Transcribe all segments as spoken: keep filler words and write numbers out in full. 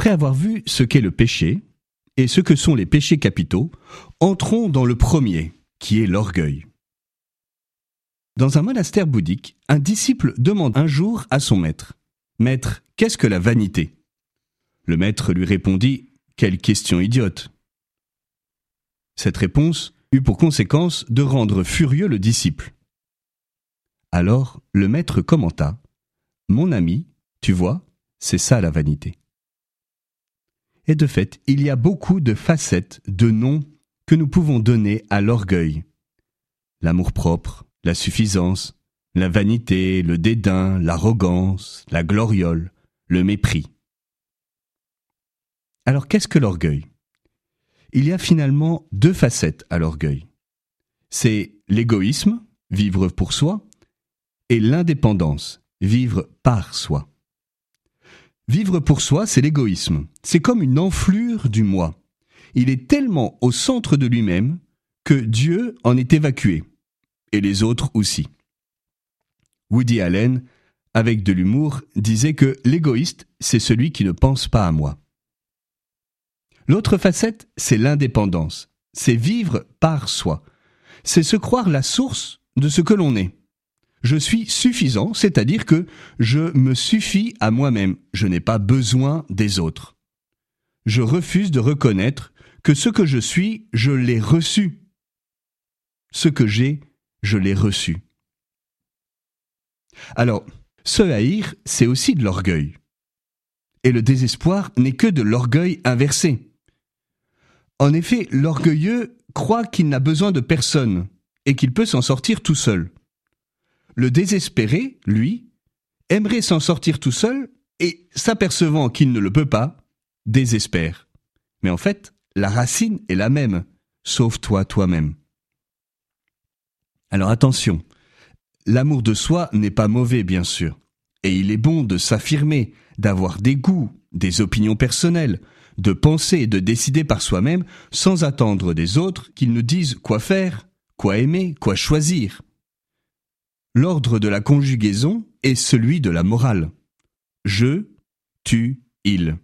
Après avoir vu ce qu'est le péché et ce que sont les péchés capitaux, entrons dans le premier, qui est l'orgueil. Dans un monastère bouddhique, un disciple demande un jour à son maître « Maître, qu'est-ce que la vanité ?» Le maître lui répondit « Quelle question idiote !» Cette réponse eut pour conséquence de rendre furieux le disciple. Alors le maître commenta « Mon ami, tu vois, c'est ça la vanité. » Et de fait, il y a beaucoup de facettes, de noms que nous pouvons donner à l'orgueil. L'amour-propre, la suffisance, la vanité, le dédain, l'arrogance, la gloriole, le mépris. Alors qu'est-ce que l'orgueil ? Il y a finalement deux facettes à l'orgueil. C'est l'égoïsme, vivre pour soi, et l'indépendance, vivre par soi. Vivre pour soi, c'est l'égoïsme. C'est comme une enflure du moi. Il est tellement au centre de lui-même que Dieu en est évacué, et les autres aussi. Woody Allen, avec de l'humour, disait que l'égoïste, c'est celui qui ne pense pas à moi. L'autre facette, c'est l'indépendance. C'est vivre par soi. C'est se croire la source de ce que l'on est. Je suis suffisant, c'est-à-dire que je me suffis à moi-même. Je n'ai pas besoin des autres. Je refuse de reconnaître que ce que je suis, je l'ai reçu. Ce que j'ai, je l'ai reçu. Alors, se haïr, c'est aussi de l'orgueil. Et le désespoir n'est que de l'orgueil inversé. En effet, l'orgueilleux croit qu'il n'a besoin de personne et qu'il peut s'en sortir tout seul. Le désespéré, lui, aimerait s'en sortir tout seul et, s'apercevant qu'il ne le peut pas, désespère. Mais en fait, la racine est la même. Sauve-toi toi-même. Alors attention, l'amour de soi n'est pas mauvais, bien sûr. Et il est bon de s'affirmer, d'avoir des goûts, des opinions personnelles, de penser et de décider par soi-même sans attendre des autres qu'ils nous disent quoi faire, quoi aimer, quoi choisir. L'ordre de la conjugaison est celui de la morale. Je, tu, il.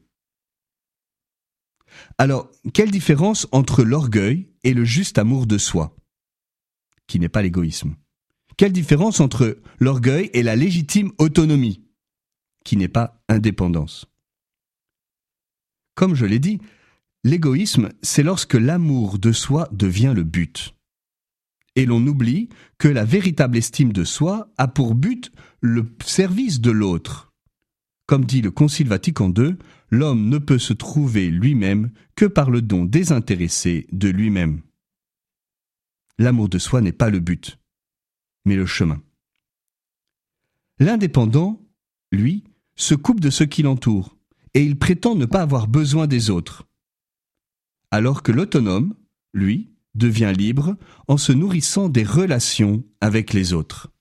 Alors, quelle différence entre l'orgueil et le juste amour de soi, qui n'est pas l'égoïsme ? Quelle différence entre l'orgueil et la légitime autonomie, qui n'est pas indépendance ? Comme je l'ai dit, l'égoïsme, c'est lorsque l'amour de soi devient le but. Et l'on oublie que la véritable estime de soi a pour but le service de l'autre. Comme dit le Concile Vatican deux, l'homme ne peut se trouver lui-même que par le don désintéressé de lui-même. L'amour de soi n'est pas le but, mais le chemin. L'indépendant, lui, se coupe de ce qui l'entoure, et il prétend ne pas avoir besoin des autres. Alors que l'autonome, lui, devient libre en se nourrissant des relations avec les autres.